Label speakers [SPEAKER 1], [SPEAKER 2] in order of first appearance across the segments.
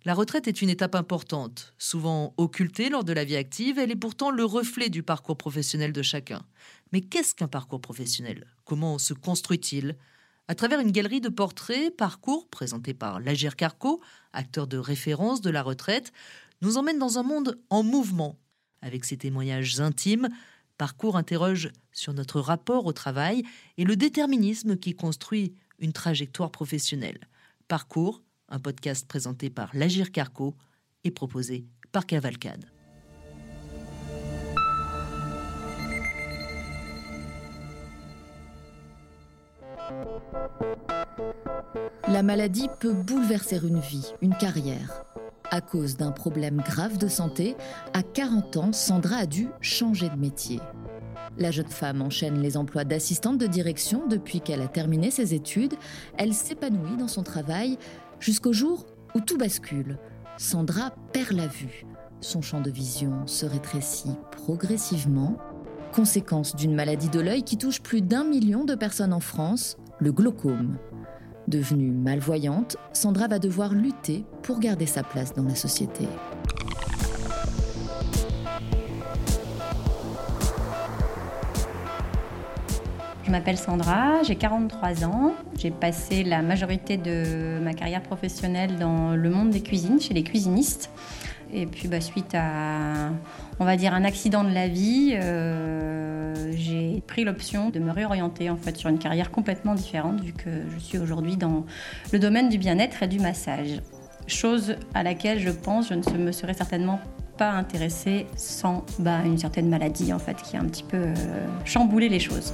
[SPEAKER 1] La retraite est une étape importante, souvent occultée lors de la vie active. Elle est pourtant le reflet du parcours professionnel de chacun. Mais qu'est-ce qu'un parcours professionnel ? Comment se construit-il ? À travers une galerie de portraits, parcours présentés par l'Agir Carco, acteur de référence de la retraite, nous emmène dans un monde en mouvement. Avec ses témoignages intimes, Parcours interroge sur notre rapport au travail et le déterminisme qui construit une trajectoire professionnelle. Parcours, un podcast présenté par l'Agir Carco et proposé par Cavalcade.
[SPEAKER 2] La maladie peut bouleverser une vie, une carrière. À cause d'un problème grave de santé, à 40 ans, Sandra a dû changer de métier. La jeune femme enchaîne les emplois d'assistante de direction depuis qu'elle a terminé ses études. Elle s'épanouit dans son travail jusqu'au jour où tout bascule. Sandra perd la vue. Son champ de vision se rétrécit progressivement. Conséquence d'une maladie de l'œil qui touche plus d'1 million de personnes en France, le glaucome. Devenue malvoyante, Sandra va devoir lutter pour garder sa place dans la société.
[SPEAKER 3] Je m'appelle Sandra, j'ai 43 ans. J'ai passé la majorité de ma carrière professionnelle dans le monde des cuisines, chez les cuisinistes. Et puis suite à, on va dire, un accident de la vie, j'ai pris l'option de me réorienter sur une carrière complètement différente, vu que je suis aujourd'hui dans le domaine du bien-être et du massage. Chose à laquelle je pense, je ne me serais certainement pas intéressée sans une certaine maladie qui a un petit peu chamboulé les choses.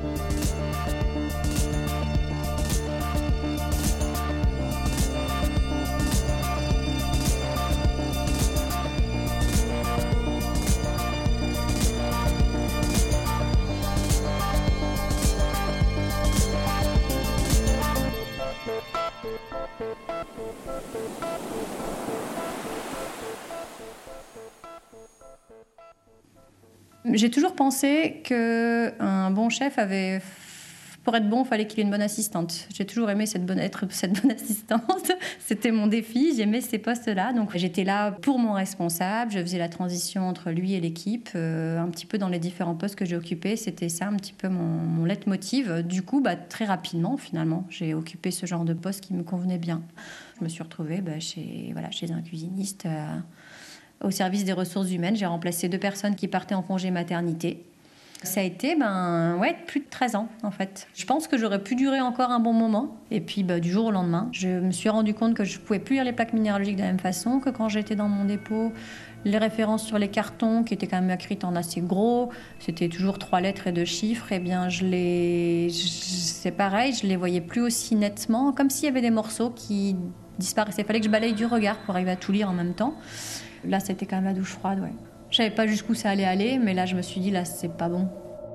[SPEAKER 3] J'ai toujours pensé qu'un bon chef pour être bon, il fallait qu'il ait une bonne assistante. J'ai toujours aimé être cette bonne assistante. C'était mon défi, j'aimais ces postes-là. Donc j'étais là pour mon responsable, je faisais la transition entre lui et l'équipe, un petit peu dans les différents postes que j'ai occupés. C'était ça un petit peu mon leitmotiv. Du coup, très rapidement, finalement, j'ai occupé ce genre de poste qui me convenait bien. Je me suis retrouvée chez un cuisiniste au service des ressources humaines. J'ai remplacé 2 personnes qui partaient en congé maternité. Ça a été plus de 13 ans en fait. Je pense que j'aurais pu durer encore un bon moment. Et puis du jour au lendemain, je me suis rendu compte que je ne pouvais plus lire les plaques minéralogiques de la même façon, que quand j'étais dans mon dépôt, les références sur les cartons qui étaient quand même écrites en assez gros, c'était toujours 3 lettres et 2 chiffres, et bien c'est pareil, je les voyais plus aussi nettement, comme s'il y avait des morceaux qui disparaissaient. Il fallait que je balaye du regard pour arriver à tout lire en même temps. Là, c'était quand même la douche froide, ouais. Je savais pas jusqu'où ça allait aller, mais là, je me suis dit, là, c'est pas bon.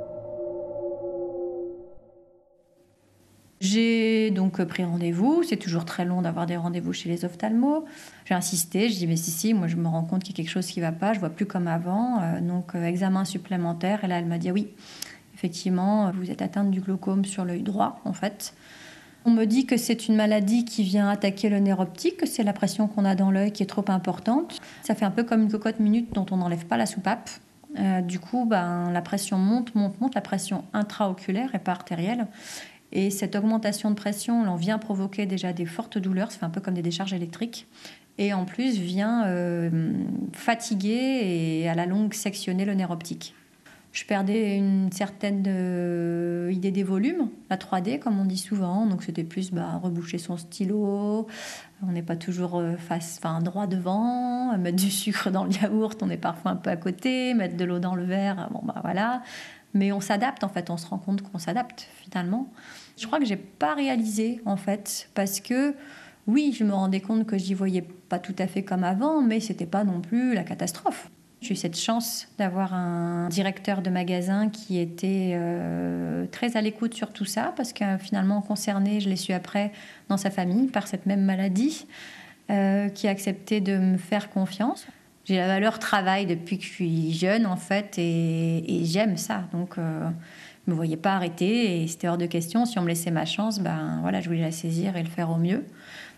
[SPEAKER 3] J'ai donc pris rendez-vous. C'est toujours très long d'avoir des rendez-vous chez les ophtalmos. J'ai insisté, je dis, mais si, moi, je me rends compte qu'il y a quelque chose qui va pas, je vois plus comme avant. Donc, examen supplémentaire. Et là, elle m'a dit, oui, effectivement, vous êtes atteinte du glaucome sur l'œil droit, en fait. On me dit que c'est une maladie qui vient attaquer le nerf optique, que c'est la pression qu'on a dans l'œil qui est trop importante. Ça fait un peu comme une cocotte minute dont on n'enlève pas la soupape. Du coup, la pression monte, la pression intraoculaire et pas artérielle. Et cette augmentation de pression, on vient provoquer déjà des fortes douleurs, ça fait un peu comme des décharges électriques. Et en plus, vient fatiguer et à la longue sectionner le nerf optique. Je perdais une certaine idée des volumes, la 3D comme on dit souvent, donc c'était plus reboucher son stylo, on n'est pas toujours droit devant, mettre du sucre dans le yaourt, on est parfois un peu à côté, mettre de l'eau dans le verre, voilà. Mais on s'adapte en fait, on se rend compte qu'on s'adapte finalement. Je crois que j'ai pas réalisé en fait, parce que oui, je me rendais compte que j'y voyais pas tout à fait comme avant, mais c'était pas non plus la catastrophe. J'ai eu cette chance d'avoir un directeur de magasin qui était très à l'écoute sur tout ça, parce que finalement concerné, je l'ai su après, dans sa famille, par cette même maladie, qui a accepté de me faire confiance. J'ai la valeur travail depuis que je suis jeune, en fait, et j'aime ça. Donc, je ne me voyais pas arrêter, et c'était hors de question. Si on me laissait ma chance, je voulais la saisir et le faire au mieux.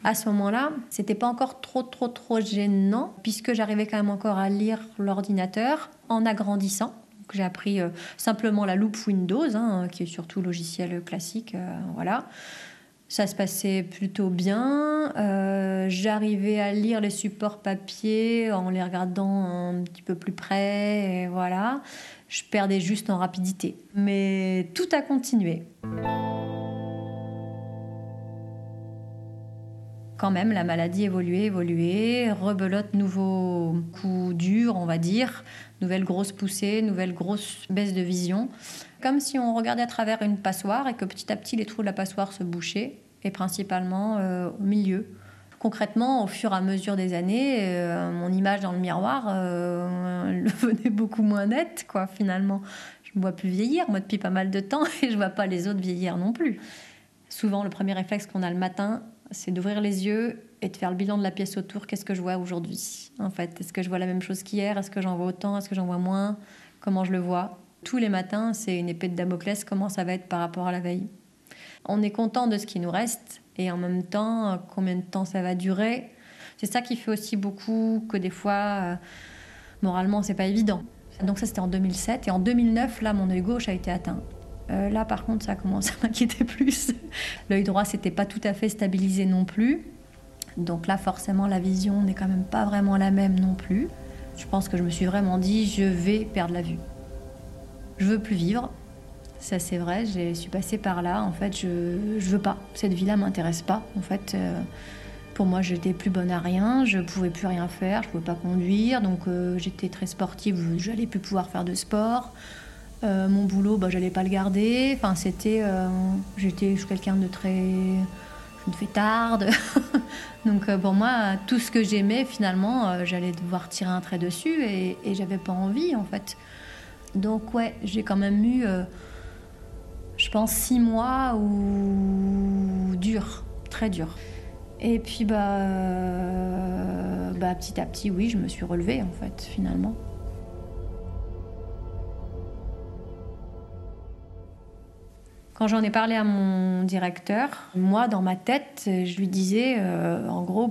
[SPEAKER 3] À ce moment-là, c'était pas encore trop gênant, puisque j'arrivais quand même encore à lire l'ordinateur en agrandissant. Donc, j'ai appris simplement la loupe Windows, qui est surtout logiciel classique, voilà. Ça se passait plutôt bien. J'arrivais à lire les supports papier en les regardant un petit peu plus près, et voilà. Je perdais juste en rapidité. Mais tout a continué. Quand même, la maladie évoluait, rebelote, nouveau coup dur, on va dire, nouvelle grosse poussée, nouvelle grosse baisse de vision. Comme si on regardait à travers une passoire et que petit à petit les trous de la passoire se bouchaient, et principalement au milieu. Concrètement, au fur et à mesure des années, mon image dans le miroir devenait beaucoup moins nette, quoi, finalement. Je ne me vois plus vieillir, moi, depuis pas mal de temps, et je ne vois pas les autres vieillir non plus. Souvent, le premier réflexe qu'on a le matin, c'est d'ouvrir les yeux et de faire le bilan de la pièce autour. Qu'est-ce que je vois aujourd'hui, en fait? Est-ce que je vois la même chose qu'hier? Est-ce que j'en vois autant? Est-ce que j'en vois moins? Comment je le vois? Tous les matins, c'est une épée de Damoclès. Comment ça va être par rapport à la veille? On est content de ce qui nous reste et en même temps, combien de temps ça va durer? C'est ça qui fait aussi beaucoup que des fois, moralement, c'est pas évident. Donc ça, c'était en 2007. Et en 2009, là, mon œil gauche a été atteint. Là, par contre, ça commence à m'inquiéter plus. L'œil droit, c'était pas tout à fait stabilisé non plus. Donc là, forcément, la vision n'est quand même pas vraiment la même non plus. Je pense que je me suis vraiment dit, je vais perdre la vue. Je veux plus vivre. Ça, c'est vrai, je suis passée par là. En fait, je veux pas. Cette vie-là m'intéresse pas. En fait, pour moi, j'étais plus bonne à rien. Je pouvais plus rien faire. Je pouvais pas conduire. Donc, j'étais très sportive. J'allais plus pouvoir faire de sport. Mon boulot, j'allais pas le garder. Enfin, j'étais quelqu'un de très... Je me fais tarde. Donc, pour moi, tout ce que j'aimais, finalement, j'allais devoir tirer un trait dessus et j'avais pas envie, en fait. Donc, ouais, j'ai quand même eu... je pense 6 mois où dur, très dur. Et puis petit à petit, oui, je me suis relevée en fait, finalement. Quand j'en ai parlé à mon directeur, moi, dans ma tête, je lui disais, en gros,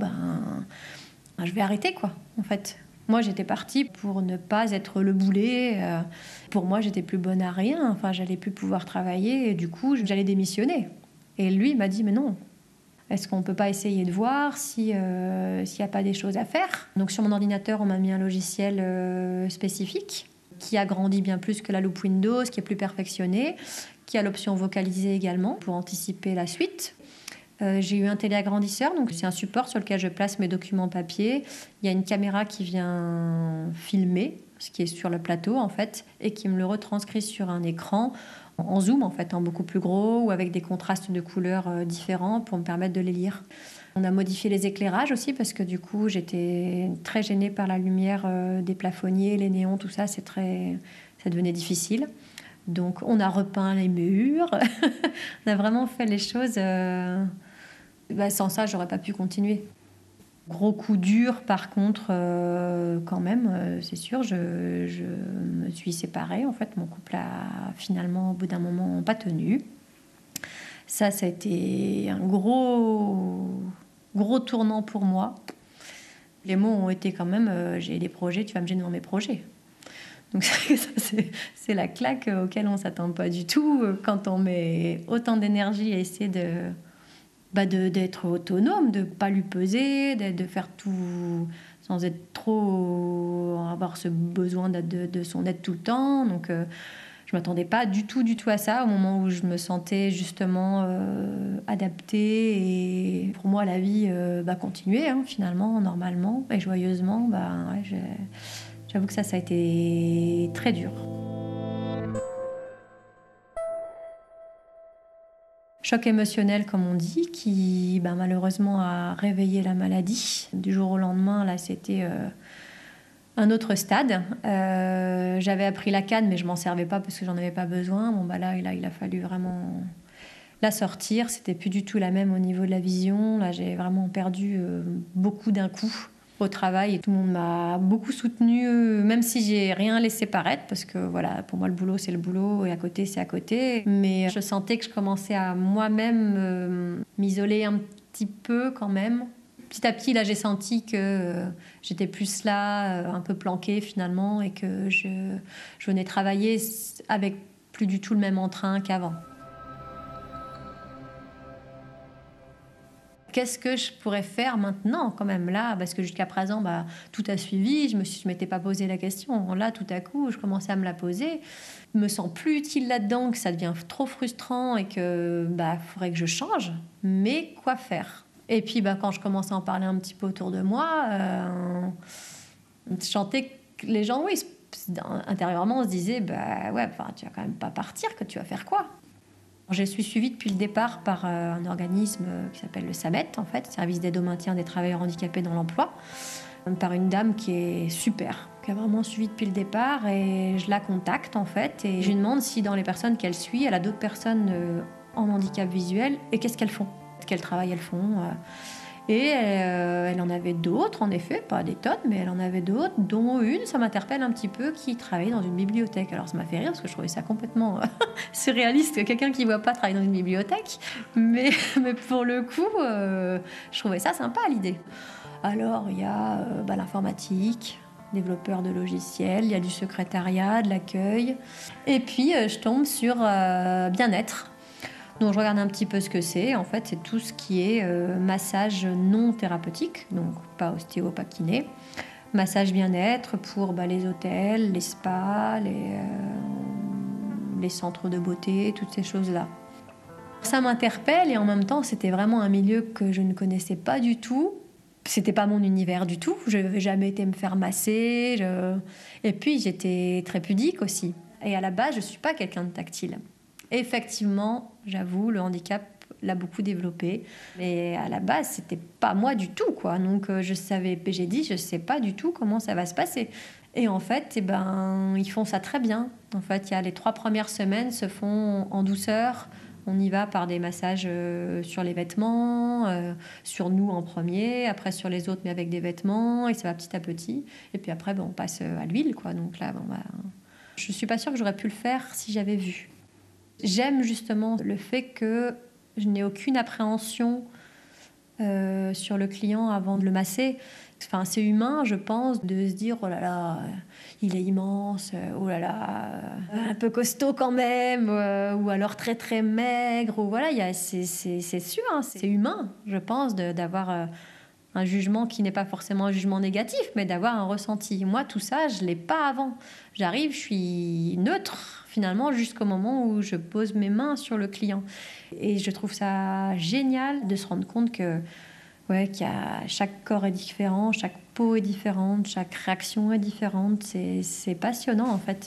[SPEAKER 3] je vais arrêter, quoi, en fait. Moi, j'étais partie pour ne pas être le boulet. Pour moi, j'étais plus bonne à rien. Enfin, j'allais plus pouvoir travailler et du coup, j'allais démissionner. Et lui, il m'a dit, mais non. Est-ce qu'on peut pas essayer de voir s'il y a pas des choses à faire? Donc, sur mon ordinateur, on m'a mis un logiciel spécifique qui agrandit bien plus que la loupe Windows, qui est plus perfectionné, qui a l'option vocaliser également pour anticiper la suite. J'ai eu un téléagrandisseur, donc c'est un support sur lequel je place mes documents papier. Il y a une caméra qui vient filmer ce qui est sur le plateau en fait et qui me le retranscrit sur un écran en zoom en fait, en beaucoup plus gros ou avec des contrastes de couleurs différents pour me permettre de les lire. On a modifié les éclairages aussi parce que du coup j'étais très gênée par la lumière des plafonniers, les néons, tout ça, ça devenait difficile. Donc on a repeint les murs, on a vraiment fait les choses... sans ça, j'aurais pas pu continuer. Gros coup dur, par contre, quand même, c'est sûr, je me suis séparée. En fait, mon couple a finalement, au bout d'un moment, pas tenu. Ça a été un gros tournant pour moi. Les mots ont été quand même, j'ai des projets, tu vas me gêner dans mes projets. Donc ça, c'est la claque auquel on ne s'attend pas du tout quand on met autant d'énergie à essayer d'être autonome, de ne pas lui peser, de faire tout sans être trop... avoir ce besoin de son aide tout le temps. Donc je ne m'attendais pas du tout à ça au moment où je me sentais justement adaptée. Et pour moi, la vie continuait finalement, normalement et joyeusement. J'avoue que ça a été très dur. Choc émotionnel, comme on dit, qui malheureusement a réveillé la maladie. Du jour au lendemain, là, c'était un autre stade. J'avais appris la canne, mais je m'en servais pas parce que j'en avais pas besoin. Là, il a fallu vraiment la sortir. C'était plus du tout la même au niveau de la vision. Là, j'ai vraiment perdu beaucoup d'un coup au travail et tout le monde m'a beaucoup soutenue, même si j'ai rien laissé paraître parce que voilà, pour moi le boulot c'est le boulot et à côté c'est à côté, mais je sentais que je commençais à moi-même m'isoler un petit peu quand même. Petit à petit, là, j'ai senti que j'étais plus là, un peu planquée finalement, et que je venais travailler avec plus du tout le même entrain qu'avant. Qu'est-ce que je pourrais faire maintenant quand même là, parce que jusqu'à présent, tout a suivi, je m'étais pas posé la question. Là, tout à coup, je commençais à me la poser. Je me sens plus utile là-dedans, que ça devient trop frustrant et que faudrait que je change. Mais quoi faire ? Et puis quand je commençais à en parler un petit peu autour de moi, je sentais que les gens, oui, intérieurement, on se disait, tu vas quand même pas partir, que tu vas faire quoi ? Je suis suivie depuis le départ par un organisme qui s'appelle le SAMET, en fait, Service d'aide au maintien des travailleurs handicapés dans l'emploi, par une dame qui est super, qui a vraiment suivi depuis le départ, et je la contacte en fait, et je lui demande si dans les personnes qu'elle suit, elle a d'autres personnes en handicap visuel, et qu'est-ce qu'elles font, quel travail elles font. Et elle en avait d'autres, en effet, pas des tonnes, mais elle en avait d'autres, dont une, ça m'interpelle un petit peu, qui travaillait dans une bibliothèque. Alors ça m'a fait rire, parce que je trouvais ça complètement surréaliste que quelqu'un qui ne voit pas travaille dans une bibliothèque, mais pour le coup, je trouvais ça sympa, l'idée. Alors, il y a l'informatique, développeur de logiciels, il y a du secrétariat, de l'accueil, et puis je tombe sur bien-être. Donc je regarde un petit peu ce que c'est. En fait, c'est tout ce qui est massage non thérapeutique, donc pas ostéo, pas kiné. Massage bien-être pour les hôtels, les spas, les centres de beauté, toutes ces choses-là. Ça m'interpelle, et en même temps, c'était vraiment un milieu que je ne connaissais pas du tout. C'était pas mon univers du tout. Je n'avais jamais été me faire masser. Et puis, j'étais très pudique aussi. Et à la base, je ne suis pas quelqu'un de tactile. Effectivement, j'avoue, le handicap l'a beaucoup développé. Mais à la base, c'était pas moi du tout, quoi. Donc, j'ai dit, je sais pas du tout comment ça va se passer. Et en fait, ils font ça très bien. En fait, les 3 premières semaines se font en douceur. On y va par des massages sur les vêtements, sur nous en premier, après sur les autres, mais avec des vêtements, et ça va petit à petit. Et puis après, on passe à l'huile, quoi. Donc là, je suis pas sûre que j'aurais pu le faire si j'avais vu. J'aime justement le fait que je n'ai aucune appréhension sur le client avant de le masser. Enfin, c'est humain, je pense, de se dire « Oh là là, il est immense, oh là là, un peu costaud quand même, ou alors très très maigre. » Ou voilà, c'est sûr, hein, c'est humain, je pense, d'avoir un jugement qui n'est pas forcément un jugement négatif, mais d'avoir un ressenti. Moi, tout ça, je ne l'ai pas avant. J'arrive, je suis neutre, finalement, jusqu'au moment où je pose mes mains sur le client. Et je trouve ça génial de se rendre compte que chaque corps est différent, chaque peau est différente, chaque réaction est différente. C'est passionnant, en fait.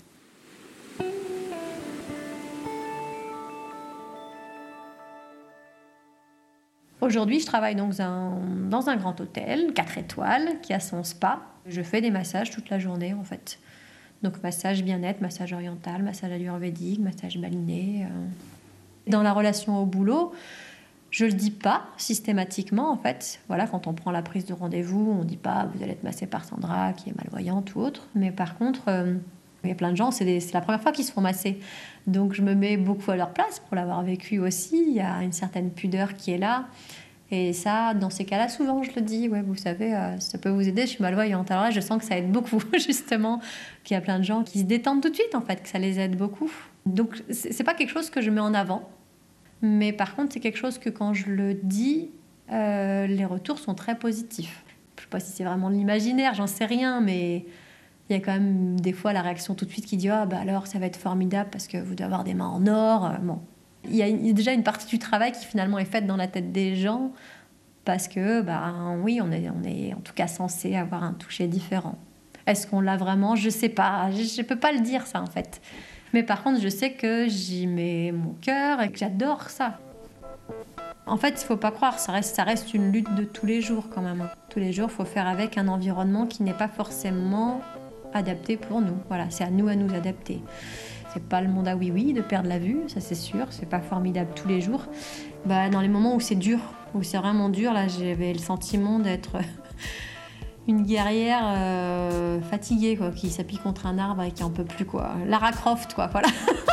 [SPEAKER 3] Aujourd'hui, je travaille dans un grand hôtel, 4 étoiles, qui a son spa. Je fais des massages toute la journée, en fait. Donc, massage bien-être, massage oriental, massage ayurvédique, massage baliné. Dans la relation au boulot, je le dis pas systématiquement, en fait. Voilà, quand on prend la prise de rendez-vous, on dit pas vous allez être massée par Sandra, qui est malvoyante ou autre. Mais par contre, il y a plein de gens, c'est la première fois qu'ils se font masser. Donc je me mets beaucoup à leur place pour l'avoir vécu aussi. Il y a une certaine pudeur qui est là. Et ça, dans ces cas-là, souvent je le dis, vous savez, ça peut vous aider, je suis malvoyante. Alors là, je sens que ça aide beaucoup, justement, qu'il y a plein de gens qui se détendent tout de suite, en fait, que ça les aide beaucoup. Donc c'est pas quelque chose que je mets en avant. Mais par contre, c'est quelque chose que quand je le dis, les retours sont très positifs. Je ne sais pas si c'est vraiment de l'imaginaire, j'en sais rien, mais il y a quand même des fois la réaction tout de suite qui dit « Ah, alors ça va être formidable parce que vous devez avoir des mains en or. » Bon. Il y a déjà une partie du travail qui finalement est faite dans la tête des gens parce que, oui, on est en tout cas censé avoir un toucher différent. Est-ce qu'on l'a vraiment ? Je ne sais pas. Je ne peux pas le dire, ça, en fait. Mais par contre, je sais que j'y mets mon cœur et que j'adore ça. En fait, il ne faut pas croire, ça reste une lutte de tous les jours quand même. Tous les jours, il faut faire avec un environnement qui n'est pas forcément adapté pour nous. Voilà, c'est à nous adapter. C'est pas le monde à oui-oui de perdre la vue, ça c'est sûr. C'est pas formidable tous les jours. Dans les moments où c'est dur, où c'est vraiment dur, là, j'avais le sentiment d'être une guerrière fatiguée, quoi, qui s'appuie contre un arbre et qui en peut plus, quoi. Lara Croft, quoi, voilà.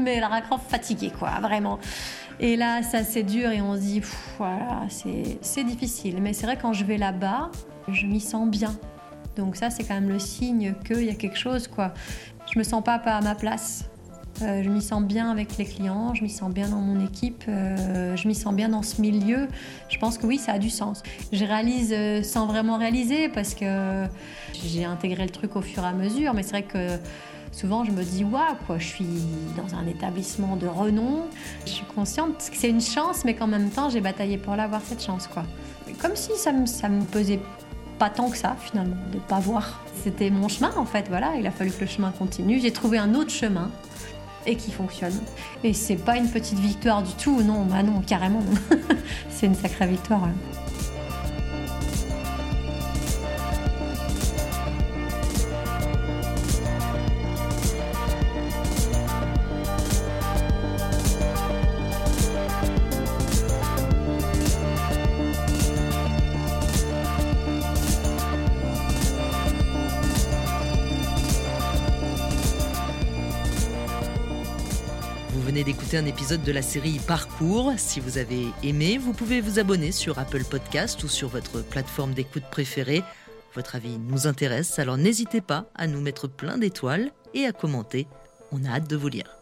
[SPEAKER 3] mais Lara Croft fatiguée, quoi, vraiment. Et là, ça c'est dur et on se dit, voilà, c'est difficile. Mais c'est vrai, quand je vais là-bas, je m'y sens bien. Donc ça, c'est quand même le signe qu'il y a quelque chose, quoi. Je me sens pas à ma place. Je m'y sens bien avec les clients, je m'y sens bien dans mon équipe, je m'y sens bien dans ce milieu. Je pense que oui, ça a du sens. Je réalise sans vraiment réaliser parce que j'ai intégré le truc au fur et à mesure, mais c'est vrai que souvent je me dis waouh, quoi, je suis dans un établissement de renom. Je suis consciente que c'est une chance, mais qu'en même temps j'ai bataillé pour l'avoir, cette chance, quoi. Comme si ça me pesait pas tant que ça, finalement, de pas voir. C'était mon chemin, en fait, voilà. Il a fallu que le chemin continue. J'ai trouvé un autre chemin et qui fonctionne. Et c'est pas une petite victoire du tout, non, bah non, carrément. C'est une sacrée victoire. Ouais.
[SPEAKER 1] Vous venez d'écouter un épisode de la série Parcours. Si vous avez aimé, vous pouvez vous abonner sur Apple Podcast ou sur votre plateforme d'écoute préférée. Votre avis nous intéresse, alors n'hésitez pas à nous mettre plein d'étoiles et à commenter. On a hâte de vous lire.